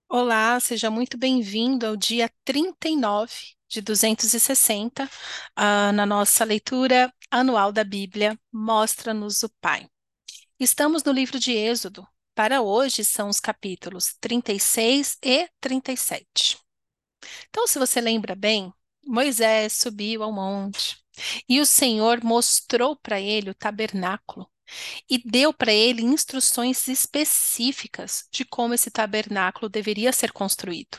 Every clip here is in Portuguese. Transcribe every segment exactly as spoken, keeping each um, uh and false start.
Olá, seja muito bem-vindo ao dia trinta e nove de duzentos e sessenta, ah, na nossa leitura anual da Bíblia, Mostra-nos o Pai. Estamos no livro de Êxodo. Para hoje são os capítulos trinta e seis e trinta e sete. Então, se você lembra bem, Moisés subiu ao monte e o Senhor mostrou para ele o tabernáculo e deu para ele instruções específicas de como esse tabernáculo deveria ser construído.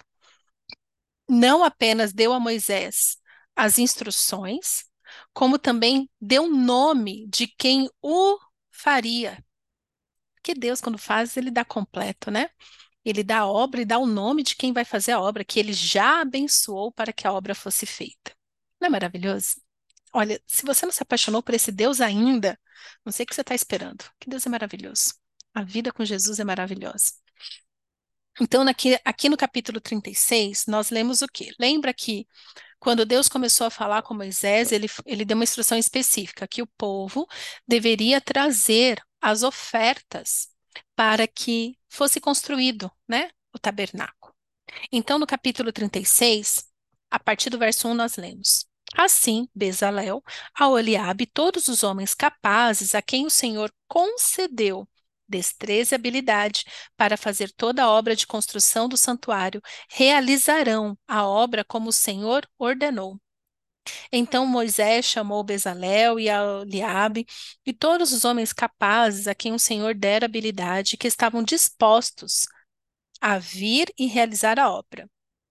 Não apenas deu a Moisés as instruções, como também deu nome de quem o faria. Porque Deus, quando faz, ele dá completo, né? Ele dá a obra e dá o nome de quem vai fazer a obra, que ele já abençoou para que a obra fosse feita. Não é maravilhoso? Olha, se você não se apaixonou por esse Deus ainda, não sei o que você está esperando. Que Deus é maravilhoso. A vida com Jesus é maravilhosa. Então, aqui, aqui no capítulo trinta e seis, nós lemos o quê? Lembra que quando Deus começou a falar com Moisés, ele, ele deu uma instrução específica, que o povo deveria trazer as ofertas para que fosse construído, né, o tabernáculo. Então, no capítulo trinta e seis, a partir do verso um, nós lemos: Assim, Bezalel, Aholiabe e todos os homens capazes a quem o Senhor concedeu destreza e habilidade para fazer toda a obra de construção do santuário, realizarão a obra como o Senhor ordenou. Então Moisés chamou Bezalel e Aholiabe e todos os homens capazes a quem o Senhor dera habilidade, que estavam dispostos a vir e realizar a obra.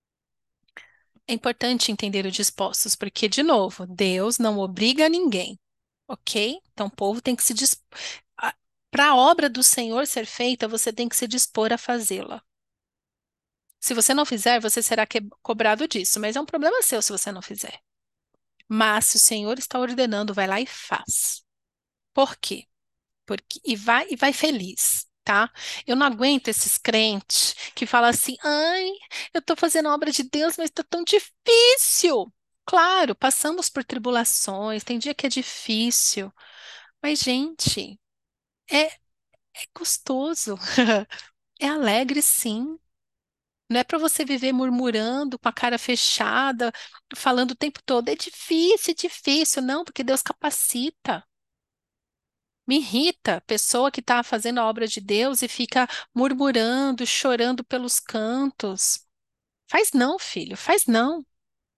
É importante entender os dispostos, porque, de novo, Deus não obriga ninguém, ok? Então, o povo tem que se dispor. Para a obra do Senhor ser feita, você tem que se dispor a fazê-la. Se você não fizer, você será que- cobrado disso, mas é um problema seu se você não fizer. Mas se o Senhor está ordenando, vai lá e faz. Por quê? Porque, e vai e vai feliz, tá? Eu não aguento esses crentes que falam assim: ai, eu estou fazendo a obra de Deus, mas está tão difícil. Claro, passamos por tribulações, tem dia que é difícil, mas, gente, é, é gostoso, é alegre, sim. Não é para você viver murmurando, com a cara fechada, falando o tempo todo, é difícil, é difícil. Não, porque Deus capacita. Me irrita a pessoa que está fazendo a obra de Deus e fica murmurando, chorando pelos cantos. Faz não, filho, faz não.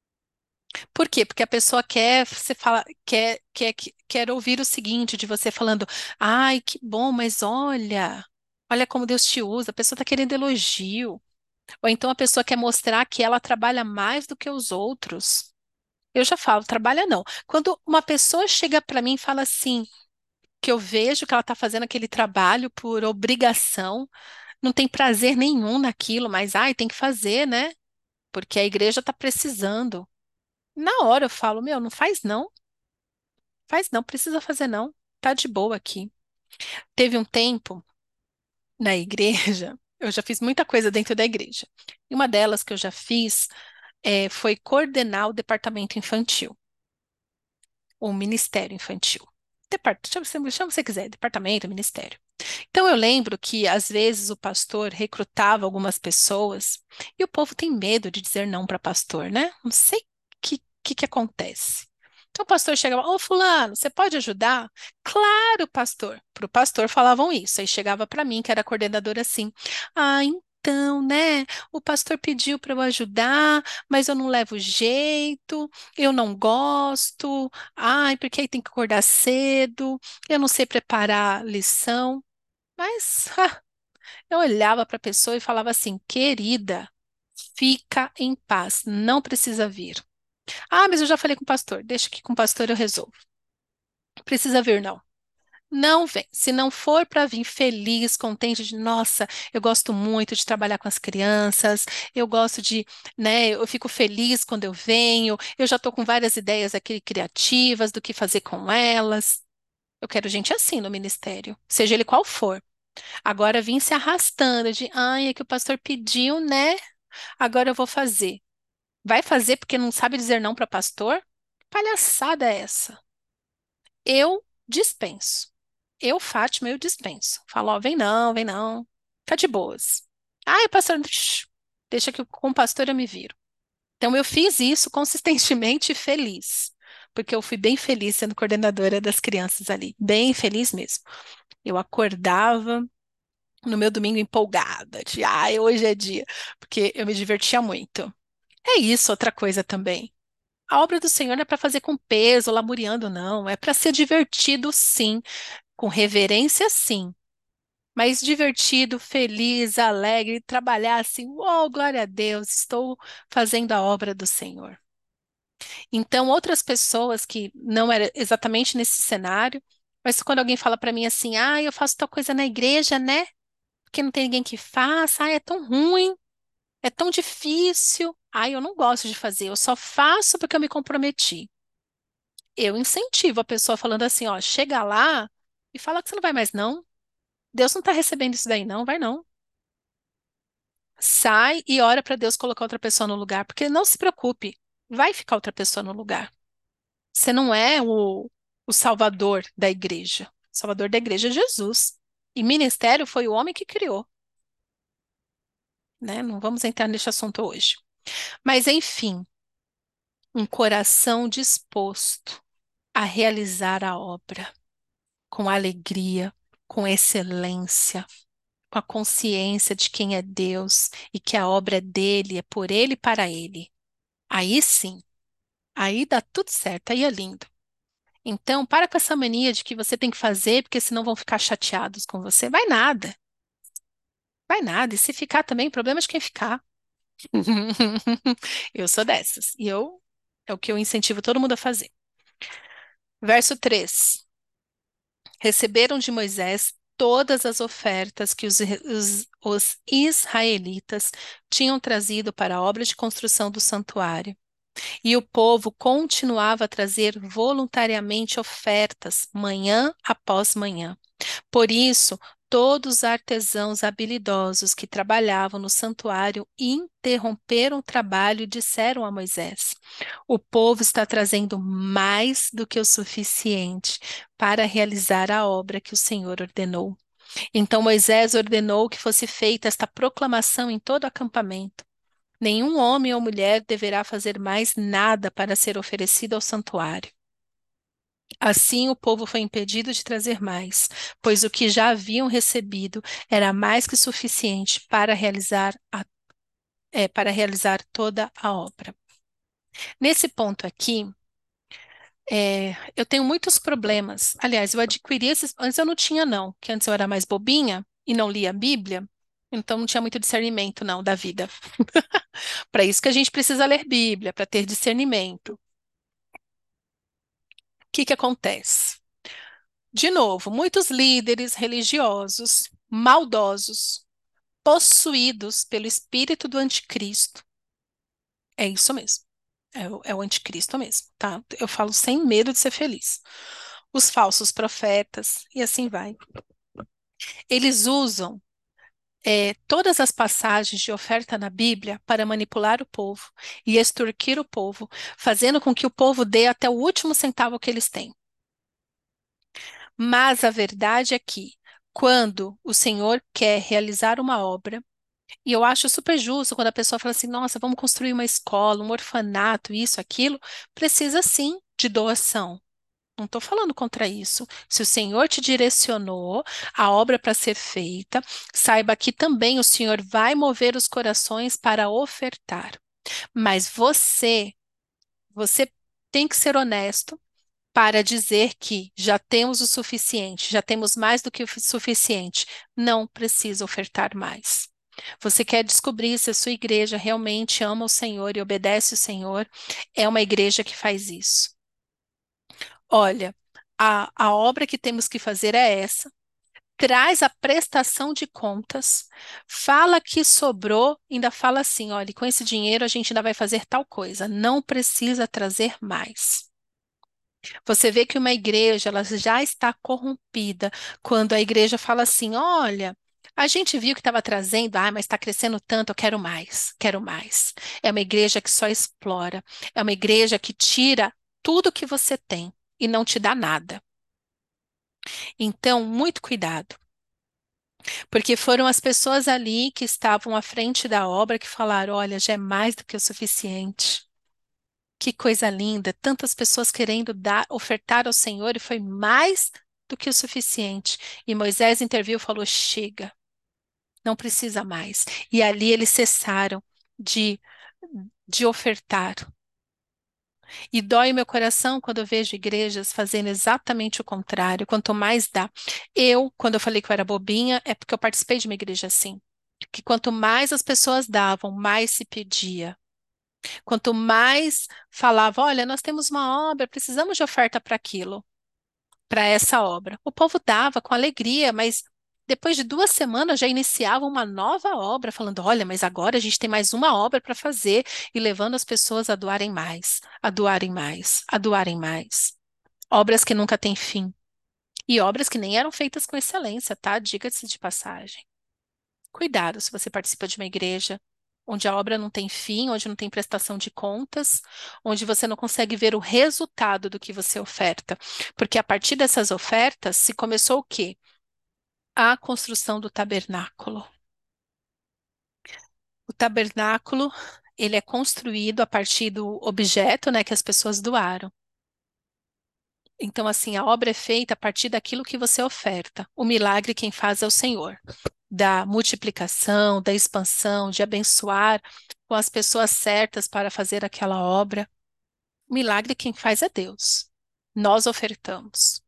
Por quê? Porque a pessoa quer, você fala, quer, quer, quer ouvir o seguinte de você falando, ai, que bom, mas olha, olha como Deus te usa. A pessoa está querendo elogio. Ou então a pessoa quer mostrar que ela trabalha mais do que os outros. Eu já falo, trabalha não. Quando uma pessoa chega para mim e fala assim, que eu vejo que ela está fazendo aquele trabalho por obrigação, não tem prazer nenhum naquilo, mas ai, tem que fazer, né? Porque a igreja está precisando. Na hora eu falo, meu, não faz não, faz não, precisa fazer não, tá de boa aqui. Teve um tempo na igreja, eu já fiz muita coisa dentro da igreja. E uma delas que eu já fiz eh, foi coordenar o departamento infantil, ou ministério infantil. Depart... Chama, chama chama o que você quiser, departamento, ministério. Então eu lembro que às vezes o pastor recrutava algumas pessoas e o povo tem medo de dizer não para pastor, né? Não sei o que, que, que acontece. Então o pastor chegava, ô fulano, você pode ajudar? Claro, pastor. Para o pastor falavam isso. Aí chegava para mim, que era coordenadora, assim, ah, então, né? O pastor pediu para eu ajudar, mas eu não levo jeito, eu não gosto, ai, porque aí tem que acordar cedo, eu não sei preparar lição. Mas ah, eu olhava para a pessoa e falava assim: querida, fica em paz, não precisa vir. Ah, mas eu já falei com o pastor, deixa que com o pastor eu resolvo. Não precisa vir, não. Não vem. Se não for para vir feliz, contente de, nossa, eu gosto muito de trabalhar com as crianças, eu gosto de, né, eu fico feliz quando eu venho, eu já estou com várias ideias aqui criativas do que fazer com elas. Eu quero gente assim no ministério, seja ele qual for. Agora vim se arrastando de, ai, é que o pastor pediu, né? Agora eu vou fazer. Vai fazer porque não sabe dizer não para pastor? Palhaçada é essa? Eu dispenso. Eu, Fátima, eu dispenso. Falo, ó, vem não, vem não. Tá de boas. Ai, pastor, shh. deixa que com o pastor eu me viro. Então, eu fiz isso consistentemente e feliz, porque eu fui bem feliz sendo coordenadora das crianças ali, bem feliz mesmo. Eu acordava no meu domingo empolgada, de, ai, hoje é dia, porque eu me divertia muito. É isso, outra coisa também. A obra do Senhor não é para fazer com peso, lamuriando, não. É para ser divertido, sim, com reverência, sim. Mas divertido, feliz, alegre, trabalhar assim, uau, glória a Deus, estou fazendo a obra do Senhor. Então, outras pessoas que não era exatamente nesse cenário, mas quando alguém fala para mim assim, ah, eu faço tal coisa na igreja, né? Porque não tem ninguém que faça, ah, é tão ruim, é tão difícil. Ah, eu não gosto de fazer, eu só faço porque eu me comprometi. Eu incentivo a pessoa falando assim, ó, chega lá e fala que você não vai mais, não. Deus não está recebendo isso daí, não, vai não. Sai e ora para Deus colocar outra pessoa no lugar, porque não se preocupe, vai ficar outra pessoa no lugar. Você não é o, o salvador da igreja. O salvador da igreja é Jesus. E ministério foi o homem que criou, né? Não vamos entrar nesse assunto hoje. Mas, enfim, um coração disposto a realizar a obra com alegria, com excelência, com a consciência de quem é Deus e que a obra é dele, é por ele e para ele. Aí sim, aí dá tudo certo, aí é lindo. Então, para com essa mania de que você tem que fazer, porque senão vão ficar chateados com você. Vai nada, vai nada. E se ficar também, problema de quem ficar. Eu sou dessas. E eu é o que eu incentivo todo mundo a fazer. Verso três: Receberam de Moisés todas as ofertas que os, os, os israelitas tinham trazido para a obra de construção do santuário. E o povo continuava a trazer voluntariamente ofertas, manhã após manhã. Por isso, todos os artesãos habilidosos que trabalhavam no santuário interromperam o trabalho e disseram a Moisés: O povo está trazendo mais do que o suficiente para realizar a obra que o Senhor ordenou. Então Moisés ordenou que fosse feita esta proclamação em todo o acampamento. Nenhum homem ou mulher deverá fazer mais nada para ser oferecido ao santuário. Assim, o povo foi impedido de trazer mais, pois o que já haviam recebido era mais que suficiente para realizar, a- é, para realizar toda a obra. Nesse ponto aqui, é, eu tenho muitos problemas. Aliás, eu adquiri esses. Antes eu não tinha, não, que antes eu era mais bobinha e não lia a Bíblia, então não tinha muito discernimento, não, da vida. Para isso que a gente precisa ler Bíblia, para ter discernimento. O que que acontece? De novo, muitos líderes religiosos maldosos, possuídos pelo espírito do anticristo. É isso mesmo. É o, é o anticristo mesmo, tá? Eu falo sem medo de ser feliz. Os falsos profetas, e assim vai. Eles usam é, todas as passagens de oferta na Bíblia para manipular o povo e extorquir o povo, fazendo com que o povo dê até o último centavo que eles têm. Mas a verdade é que, quando o Senhor quer realizar uma obra, e eu acho super justo quando a pessoa fala assim: nossa, vamos construir uma escola, um orfanato, isso, aquilo, precisa sim de doação. Não estou falando contra isso. Se o Senhor te direcionou a obra para ser feita, saiba que também o Senhor vai mover os corações para ofertar. Mas você, você tem que ser honesto para dizer que já temos o suficiente, já temos mais do que o suficiente, não precisa ofertar mais. Você quer descobrir se a sua igreja realmente ama o Senhor e obedece o Senhor? É uma igreja que faz isso. Olha, a, a obra que temos que fazer é essa. Traz a prestação de contas, fala que sobrou, ainda fala assim: olha, com esse dinheiro a gente ainda vai fazer tal coisa, não precisa trazer mais. Você vê que uma igreja ela já está corrompida quando a igreja fala assim: olha, a gente viu que estava trazendo, ah, mas está crescendo tanto, eu quero mais, quero mais. É uma igreja que só explora, é uma igreja que tira tudo que você tem e não te dá nada. Então, muito cuidado. Porque foram as pessoas ali que estavam à frente da obra que falaram: olha, já é mais do que o suficiente. Que coisa linda, tantas pessoas querendo dar, ofertar ao Senhor e foi mais do que o suficiente. E Moisés interviu e falou: chega, não precisa mais. E ali eles cessaram de, de ofertar. E dói o meu coração quando eu vejo igrejas fazendo exatamente o contrário. Quanto mais dá. Eu, quando eu falei que eu era bobinha, é porque eu participei de uma igreja assim. Que quanto mais as pessoas davam, mais se pedia. Quanto mais falava, olha, nós temos uma obra, precisamos de oferta para aquilo, para essa obra. O povo dava com alegria, mas depois de duas semanas já iniciava uma nova obra, falando, olha, mas agora a gente tem mais uma obra para fazer, e levando as pessoas a doarem mais, a doarem mais, a doarem mais. Obras que nunca têm fim. E obras que nem eram feitas com excelência, tá? Diga-se de passagem. Cuidado se você participa de uma igreja onde a obra não tem fim, onde não tem prestação de contas, onde você não consegue ver o resultado do que você oferta. Porque a partir dessas ofertas se começou o quê? A construção do tabernáculo. O tabernáculo, ele é construído a partir do objeto, né, que as pessoas doaram. Então, assim, a obra é feita a partir daquilo que você oferta. O milagre quem faz é o Senhor. Da multiplicação, da expansão, de abençoar com as pessoas certas para fazer aquela obra. O milagre quem faz é Deus. Nós ofertamos.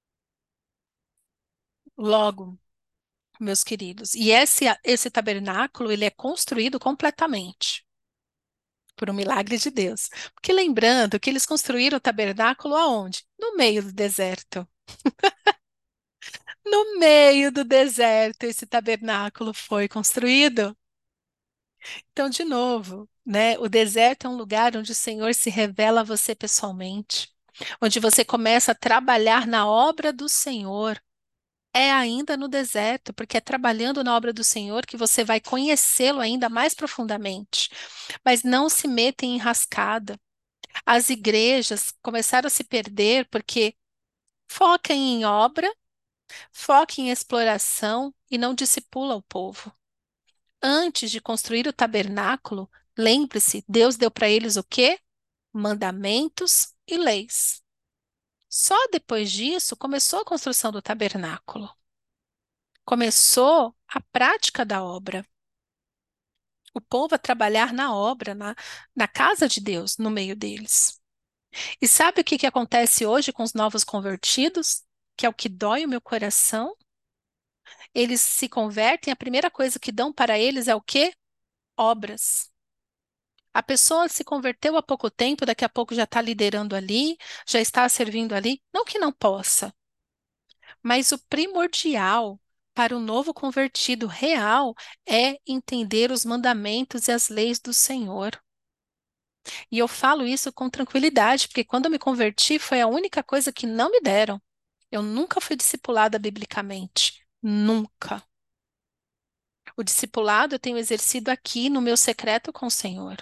Logo, meus queridos, e esse, esse tabernáculo, ele é construído completamente por um milagre de Deus. Porque lembrando que eles construíram o tabernáculo aonde? No meio do deserto. No meio do deserto, esse tabernáculo foi construído. Então, de novo, né? O deserto é um lugar onde o Senhor se revela a você pessoalmente, onde você começa a trabalhar na obra do Senhor. É ainda no deserto, porque é trabalhando na obra do Senhor que você vai conhecê-lo ainda mais profundamente. Mas não se meta em enrascada. As igrejas começaram a se perder porque focam em obra, focam em exploração e não discipula o povo. Antes de construir o tabernáculo, lembre-se, Deus deu para eles o quê? Mandamentos e leis. Só depois disso começou a construção do tabernáculo. Começou a prática da obra. O povo a trabalhar na obra, na, na casa de Deus, no meio deles. E sabe o que, que acontece hoje com os novos convertidos? Que é o que dói o meu coração? Eles se convertem, a primeira coisa que dão para eles é o quê? Obras. A pessoa se converteu há pouco tempo, daqui a pouco já está liderando ali, já está servindo ali. Não que não possa, mas o primordial para o novo convertido real é entender os mandamentos e as leis do Senhor. E eu falo isso com tranquilidade, porque quando eu me converti foi a única coisa que não me deram. Eu nunca fui discipulada biblicamente. Nunca. O discipulado eu tenho exercido aqui no meu secreto com o Senhor.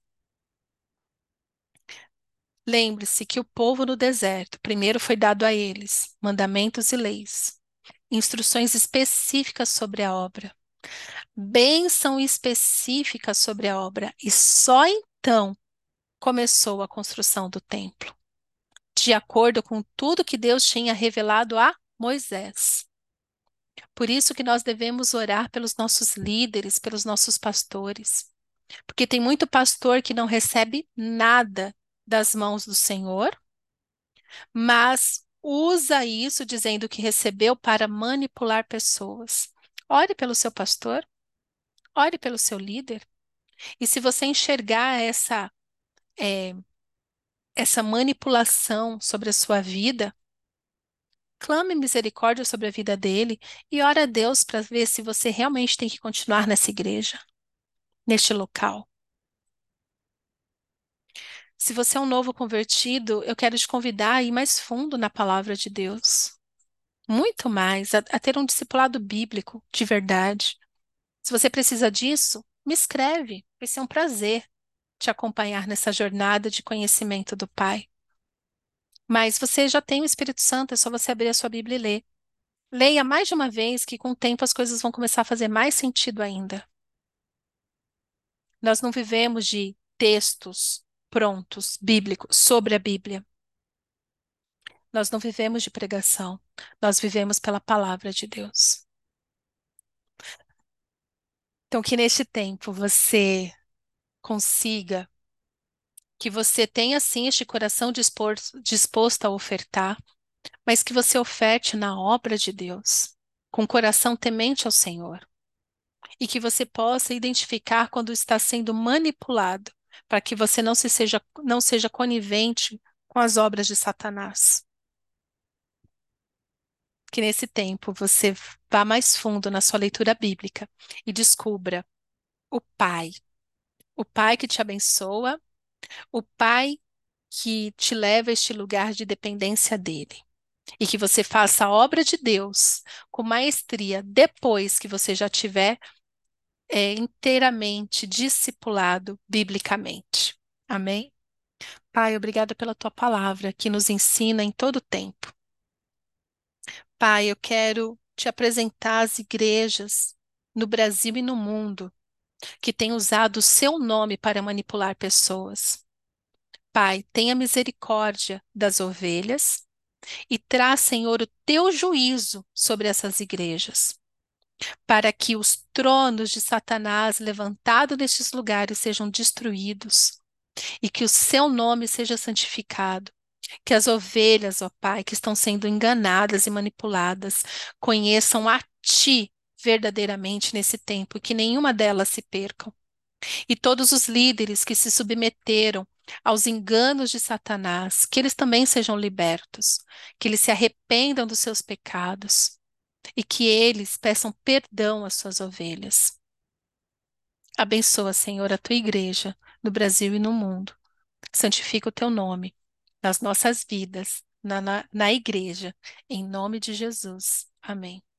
Lembre-se que o povo no deserto, primeiro foi dado a eles mandamentos e leis, instruções específicas sobre a obra, bênção específica sobre a obra, e só então começou a construção do templo, de acordo com tudo que Deus tinha revelado a Moisés. Por isso que nós devemos orar pelos nossos líderes, pelos nossos pastores, porque tem muito pastor que não recebe nada das mãos do Senhor, mas usa isso dizendo que recebeu para manipular pessoas. Ore pelo seu pastor, ore pelo seu líder. E se você enxergar essa, é, essa manipulação sobre a sua vida, clame misericórdia sobre a vida dele e ore a Deus para ver se você realmente tem que continuar nessa igreja, neste local. Se você é um novo convertido, eu quero te convidar a ir mais fundo na palavra de Deus. Muito mais, a, a ter um discipulado bíblico de verdade. Se você precisa disso, me escreve. Vai ser um prazer te acompanhar nessa jornada de conhecimento do Pai. Mas você já tem o Espírito Santo, é só você abrir a sua Bíblia e ler. Leia mais de uma vez, que com o tempo as coisas vão começar a fazer mais sentido ainda. Nós não vivemos de textos prontos, bíblicos, sobre a Bíblia. Nós não vivemos de pregação. Nós vivemos pela palavra de Deus. Então, que neste tempo você consiga, que você tenha sim este coração dispor- disposto a ofertar, mas que você oferte na obra de Deus, com coração temente ao Senhor, e que você possa identificar quando está sendo manipulado, para que você não se seja, não seja conivente com as obras de Satanás. Que nesse tempo você vá mais fundo na sua leitura bíblica e descubra o Pai, o Pai que te abençoa, o Pai que te leva a este lugar de dependência dele. E que você faça a obra de Deus com maestria depois que você já tiver é, inteiramente discipulado biblicamente. Amém? Pai, obrigada pela tua palavra que nos ensina em todo tempo. Pai, eu quero te apresentar as igrejas no Brasil e no mundo que têm usado o seu nome para manipular pessoas. Pai, tenha misericórdia das ovelhas e traz, Senhor, o teu juízo sobre essas igrejas, para que os tronos de Satanás levantados nestes lugares sejam destruídos e que o seu nome seja santificado. Que as ovelhas, ó Pai, que estão sendo enganadas e manipuladas, conheçam a Ti verdadeiramente nesse tempo e que nenhuma delas se percam. E todos os líderes que se submeteram aos enganos de Satanás, que eles também sejam libertos, que eles se arrependam dos seus pecados e que eles peçam perdão às suas ovelhas. Abençoa, Senhor, a tua igreja no Brasil e no mundo. Santifica o teu nome nas nossas vidas, na, na, na igreja, em nome de Jesus. Amém.